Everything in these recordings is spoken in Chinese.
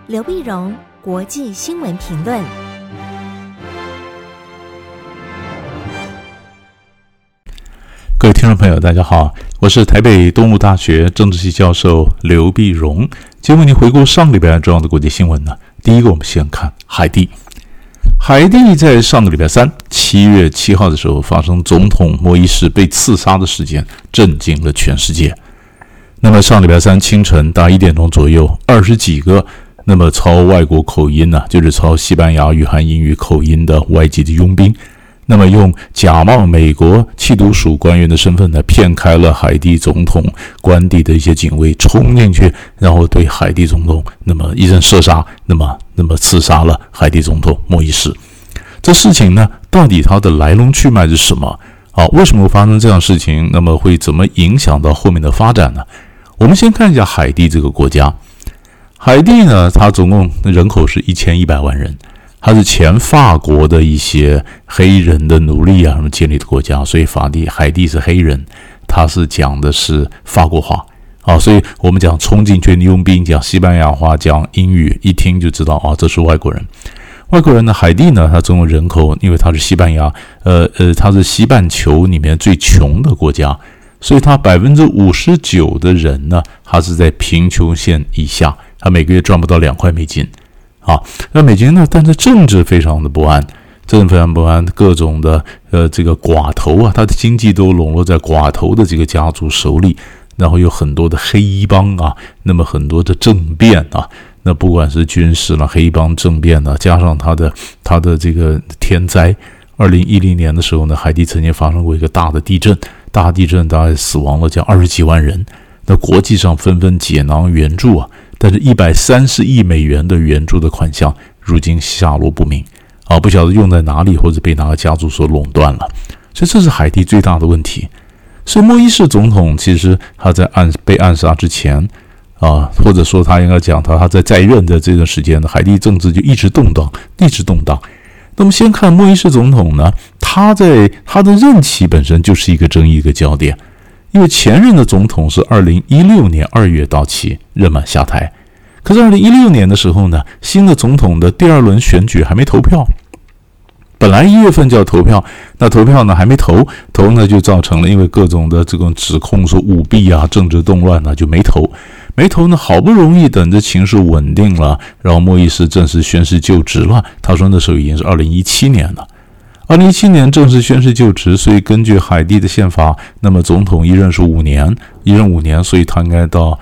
刘必荣国际新闻评论。 各位听众朋友大家好，我是台北东吴大学政治系教授刘必荣。今天为您回顾上个礼拜重要的国际新闻呢。第一个，我们先看海地。海地在上个礼拜三7月7号的时候发生总统摩伊士被刺杀的事件，震惊了全世界。那么上礼拜三清晨大1点钟左右，20几个那么操外国口音就是操西班牙语和英语口音的外籍的佣兵，那么用假冒美国缉毒署官员的身份呢，骗开了海地总统官邸的一些警卫，冲进去，然后对海地总统那么一阵射杀，那么刺杀了海地总统摩伊士。这事情呢，到底它的来龙去脉是什么？为什么会发生这样的事情？那么会怎么影响到后面的发展呢？我们先看一下海地这个国家。海地呢，它总共人口是1100万人，它是前法国的一些黑人的奴隶什么建立的国家，所以海地是黑人，它是讲的是法国话所以我们讲冲进去的佣兵讲西班牙话讲英语，一听就知道这是外国人。外国人呢，海地呢，它总共人口，因为它是西班牙它是西半球里面最穷的国家，所以它59%的人呢，他是在贫穷线以下，他每个月赚不到2块美金那美金呢，但是政治非常的不安，各种的这个寡头他的经济都笼络在寡头的这个家族手里，然后有很多的黑衣帮那么很多的政变那不管是军事黑衣帮政变加上他的这个天灾。2010年的时候呢，海地曾经发生过一个大地震大概死亡了将20几万人，那国际上纷纷解囊援助但是130亿美元的援助的款项如今下落不明不晓得用在哪里，或者被哪个家族所垄断了，所以这是海地最大的问题。所以摩伊士总统其实他在被暗杀之前或者说他应该讲他在任的这段时间呢，海地政治就一直动荡。那么先看摩伊士总统呢，他的任期本身就是一个争议一个焦点，因为前任的总统是2016年2月到期任满下台，可是2016年的时候呢，新的总统的第2轮选举还没投票，本来1月份就要投票，那投票呢还没投呢就造成了因为各种的这种指控说舞弊政治动乱就没投呢，好不容易等着情势稳定了，然后摩伊士正式宣誓就职了。他说那时候已经是2017年了，2017年正式宣誓就职，所以根据海地的宪法，那么总统一任是5年，所以他应该到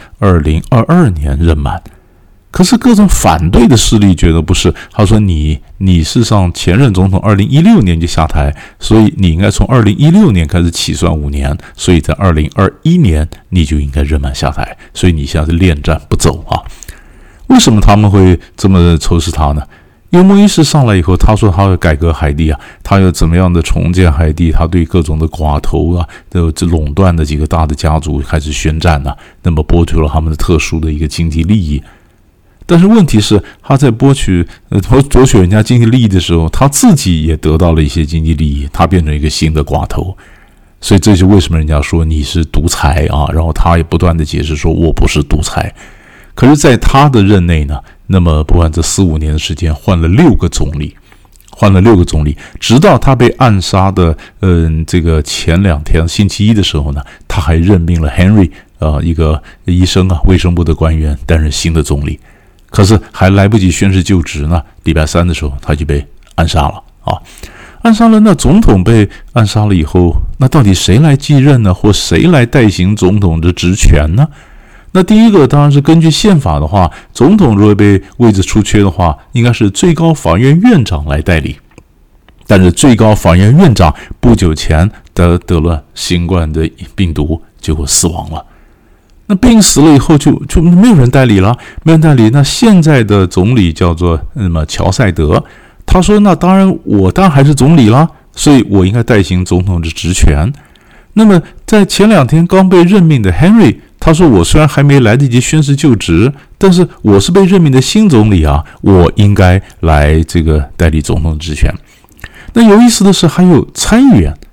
2022年任满。可是各种反对的势力觉得不是，他说你事实上前任总统2016年就下台，所以你应该从2016年开始起算5年，所以在2021年你就应该任满下台，所以你现在是恋战不走为什么他们会这么仇视他呢？因为摩伊士上来以后，他说他要改革海地他要怎么样的重建海地，他对各种的寡头这垄断的几个大的家族开始宣战那么剥夺了他们的特殊的一个经济利益。但是问题是，他在夺取人家经济利益的时候，他自己也得到了一些经济利益，他变成一个新的寡头，所以这是为什么人家说你是独裁然后他也不断的解释说我不是独裁。可是在他的任内呢，那么不管这4-5年的时间换了6个总理，直到他被暗杀的这个前2天星期一的时候呢，他还任命了 Henry 一个医生卫生部的官员担任新的总理。可是还来不及宣誓就职呢，礼拜3的时候他就被暗杀了那总统被暗杀了以后，那到底谁来继任呢？或谁来代行总统的职权呢？那第一个当然是根据宪法的话，总统如果被位置出缺的话，应该是最高法院院长来代理。但是最高法院院长不久前得了新冠的病毒，结果死亡了。那病死了以后就没有人代理了，那现在的总理叫做乔赛德，他说那我当然还是总理啦，所以我应该代行总统的职权。那么在前2天刚被任命的 Henry， 他说我虽然还没来得及宣誓就职，但是我是被任命的新总理我应该来这个代理总统的职权。那有意思的是还有参议员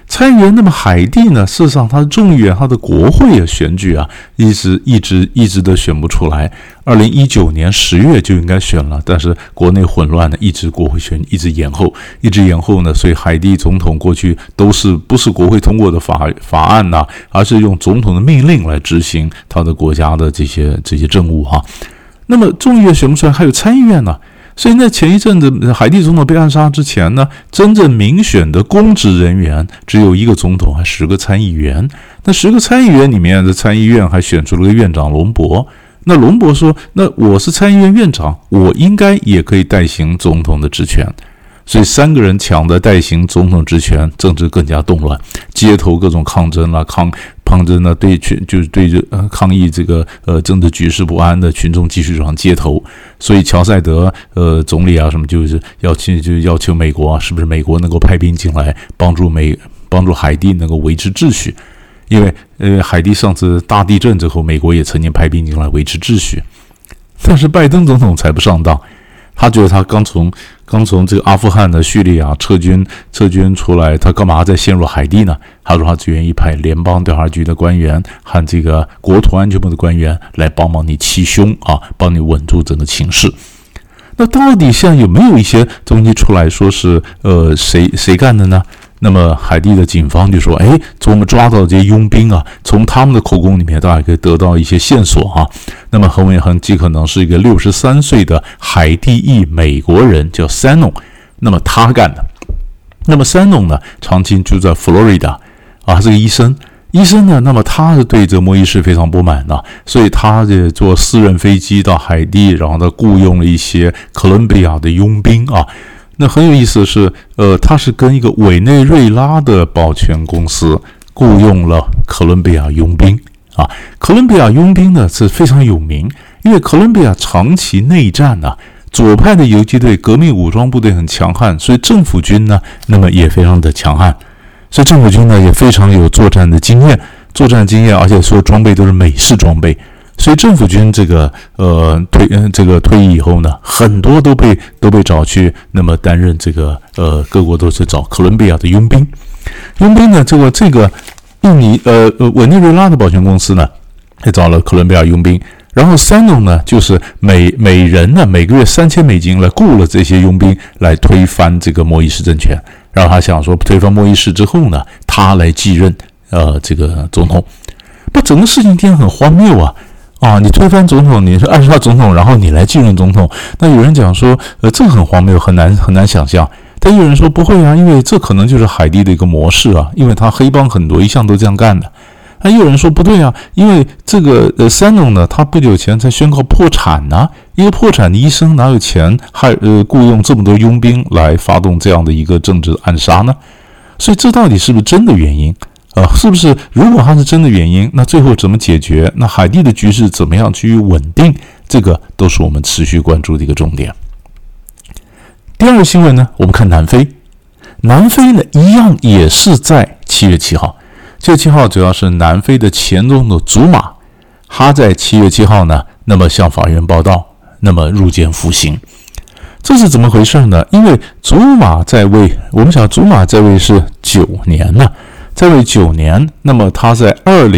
参议员，那么海地呢？事实上，他的众议员、他的国会的选举啊，一直都选不出来。2019年10月就应该选了，但是国内混乱呢，一直国会选一直延后呢，所以海地总统过去都是不是国会通过的法案呐，而是用总统的命令来执行他的国家的这些政务哈。那么众议院选不出来，还有参议院呢。所以在前一阵子海地总统被暗杀之前呢，真正民选的公职人员只有1个总统，还10个参议员。那10个参议员里面的参议院还选出了个院长龙博。那龙博说，那我是参议院院长，我应该也可以代行总统的职权。所以3个人抢着代行总统职权，政治更加动乱，街头各种抗争啦，抗争呢，对抗议这个政治局势不安的群众继续上街头。所以乔赛德总理啊什么就是要求美国啊，是不是美国能够派兵进来帮助海地能够维持秩序？因为海地上次大地震之后，美国也曾经派兵进来维持秩序，但是拜登总统才不上当。他觉得他刚从这个阿富汗的叙利亚撤军出来，他干嘛再陷入海地呢？他说他只愿意派联邦调查局的官员和这个国土安全部的官员来帮忙你气凶啊，帮你稳住整个情势。那到底现在有没有一些东西出来说是谁干的呢？那么海地的警方就说，从我们抓到这些佣兵啊，从他们的口供里面大家可以得到一些线索啊。那么很极可能是一个63岁的海地裔美国人叫 Sanon， 那么他干的。那么 Sanon 呢，长期住在佛罗里达啊，他是个医生呢，那么他是对这个莫伊士非常不满的，所以他就坐私人飞机到海地，然后他雇佣了一些哥伦比亚的佣兵啊。那很有意思的是，他是跟一个委内瑞拉的保全公司雇佣了哥伦比亚佣兵啊。哥伦比亚佣兵呢是非常有名，因为哥伦比亚长期内战啊，左派的游击队、革命武装部队很强悍，所以政府军呢，那么也非常的强悍，所以政府军呢也非常有作战经验，而且所有装备都是美式装备。所以政府军这个退役以后呢，很多都被找去，那么担任这个各国都是找哥伦比亚的佣兵呢，这个委内瑞拉的保全公司呢，也找了哥伦比亚佣兵，然后Sanon呢，就是每人呢每个月$3000来雇了这些佣兵来推翻这个莫伊士政权，然后他想说推翻莫伊士之后呢，他来继任这个总统。不，整个事情听很荒谬啊，你推翻总统，你是暗杀总统，然后你来继任总统。那有人讲说，这个很荒谬，很难想象。但有人说不会啊，因为这可能就是海地的一个模式啊，因为他黑帮很多一向都这样干的。那有人说不对啊，因为这个Sanon呢，他不久前才宣告破产啊，一个破产的医生哪有钱雇佣这么多佣兵来发动这样的一个政治暗杀呢？所以这到底是不是真的原因？是不是如果它是真的原因，那最后怎么解决？那海地的局势怎么样趋于稳定？这个都是我们持续关注的一个重点。第二个新闻呢，我们看南非呢一样也是在7月7号。7月7号主要是南非的前总统祖马，他在7月7号呢，那么向法院报到，那么入监服刑。这是怎么回事呢？因为祖马在位，我们想祖马在位是9年了。在位9年，那么他在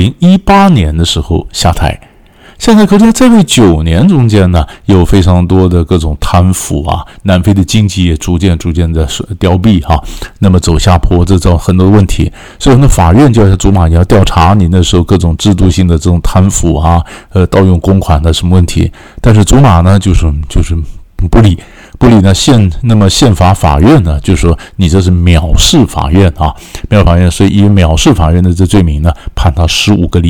2018年的时候下台，可是在位9年中间呢，有非常多的各种贪腐啊，南非的经济也逐渐的凋敝啊，那么走下坡，这种很多问题，所以那法院就要祖马，你要调查你那时候各种制度性的这种贪腐啊，盗用公款的什么问题，但是祖马呢就是不理呢，宪法法院呢就说你这是藐视法院啊，藐视法院，所以以藐视法院的这罪名呢，判他15个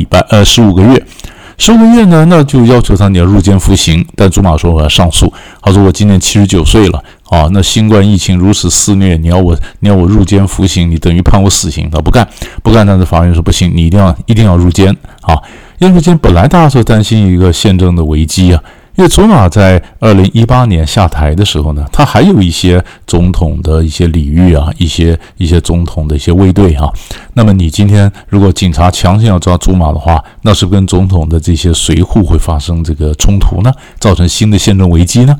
月呢，那就要求他你要入监服刑。但祖马说我要上诉，他说我今年79岁了啊，那新冠疫情如此肆虐，你要我入监服刑，你等于判我死刑。他不干，但是法院说不行，你一定要入监啊，因为入监本来大家就担心一个宪政的危机啊。因为祖马在2018年下台的时候呢，他还有一些总统的一些礼遇啊，一些总统的一些卫队啊。那么你今天如果警察强行要抓祖马的话，那是不是跟总统的这些随护会发生这个冲突呢？造成新的宪政危机呢？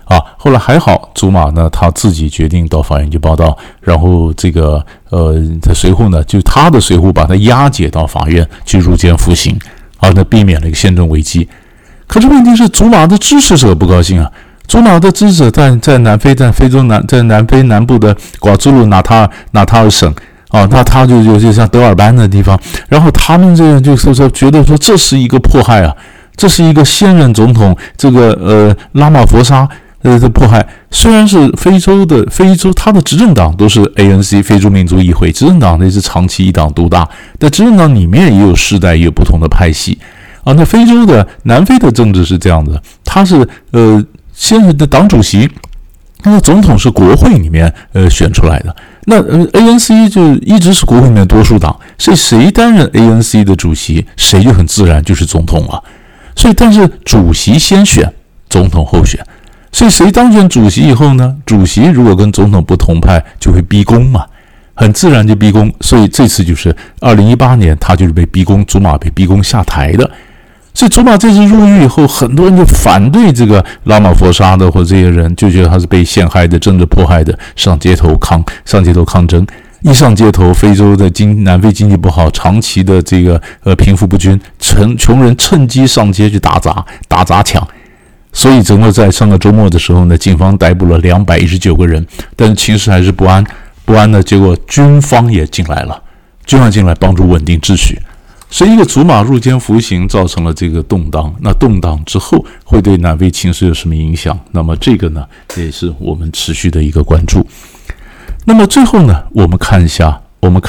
后来还好，祖马呢他自己决定到法院去报道，然后这个随后呢，就他的随护把他押解到法院去入监服刑，那避免了一个宪政危机。可是问题是，祖马的支持者不高兴啊。祖马的支持者在南非，在南非南部的瓜祖鲁纳塔尔省那他就像德尔班的地方，然后他们这样就是说觉得说这是一个迫害啊，这是一个现任总统这个拉马佛沙的迫害。虽然是非洲，他的执政党都是 ANC 非洲民族议会，执政党也是长期一党独大，但执政党里面也有世代，也有不同的派系那南非的政治是这样的，他是现任的党主席，那总统是国会里面选出来的。那ANC 就一直是国会里面多数党，所以谁担任 ANC 的主席，谁就很自然就是总统了。所以，但是主席先选，总统后选。所以谁当选主席以后呢？主席如果跟总统不同派，就会逼宫嘛，很自然就逼宫。所以这次就是2018年，他就是被逼宫，祖马被逼宫下台的。所以祖马这次入狱以后，很多人就反对这个拉马佛沙的或者这些人，就觉得他是被陷害的、政治迫害的，上街头抗争。一上街头，非洲的南非经济不好，长期的这个贫富不均，穷人趁机上街去打砸抢。所以整个在上个周末的时候呢，警方逮捕了219个人，但是情势还是不安呢，结果军方也进来了，帮助稳定秩序。所以一个祖马入监服刑造成了这个动荡，那动荡之后会对南非情势有什么影响？那么这个呢，也是我们持续的一个关注。那么最后呢，我们看一下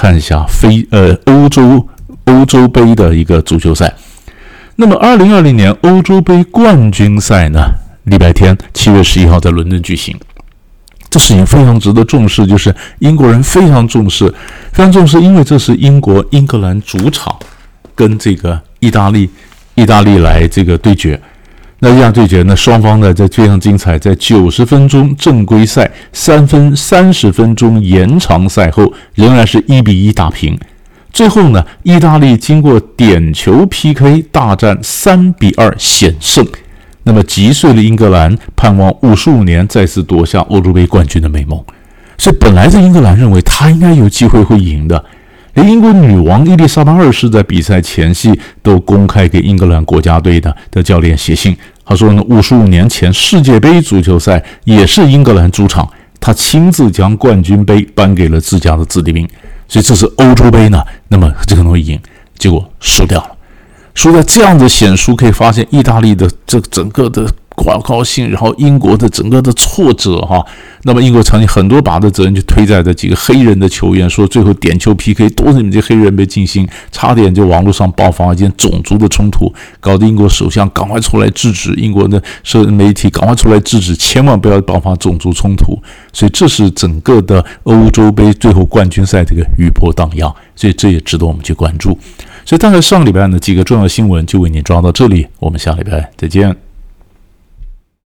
欧洲杯的一个足球赛。那么2020年欧洲杯冠军赛呢，礼拜天7月11号在伦敦举行。这事情非常值得重视，就是英国人非常重视，因为这是英格兰主场跟这个意大利来这个对决。那这样对决呢，双方呢在非常精彩，在90分钟正规赛30分钟延长赛后，仍然是1-1打平。最后呢，意大利经过点球 PK 大战3-2险胜，那么击碎了英格兰盼望55年再次夺下欧洲杯冠军的美梦。所以本来在英格兰认为他应该有机会会赢的，连英国女王伊丽莎白2世在比赛前夕都公开给英格兰国家队的教练写信，他说呢，55年前世界杯足球赛也是英格兰主场，他亲自将冠军杯颁给了自家的子弟兵。所以这是欧洲杯呢，那么这个会赢，结果输掉了。输在这样的险输，可以发现意大利的这整个的高兴，然后英国的整个的挫折那么英国曾经很多把的责任就推在这几个黑人的球员，说最后点球 PK 都是你们这黑人被进行，差点就网络上爆发一件种族的冲突，搞得英国首相赶快出来制止，英国的媒体赶快出来制止，千万不要爆发种族冲突。所以这是整个的欧洲杯最后冠军赛这个余波荡漾，所以这也值得我们去关注。所以大概上个礼拜呢几个重要新闻就为您抓到这里，我们下礼拜再见。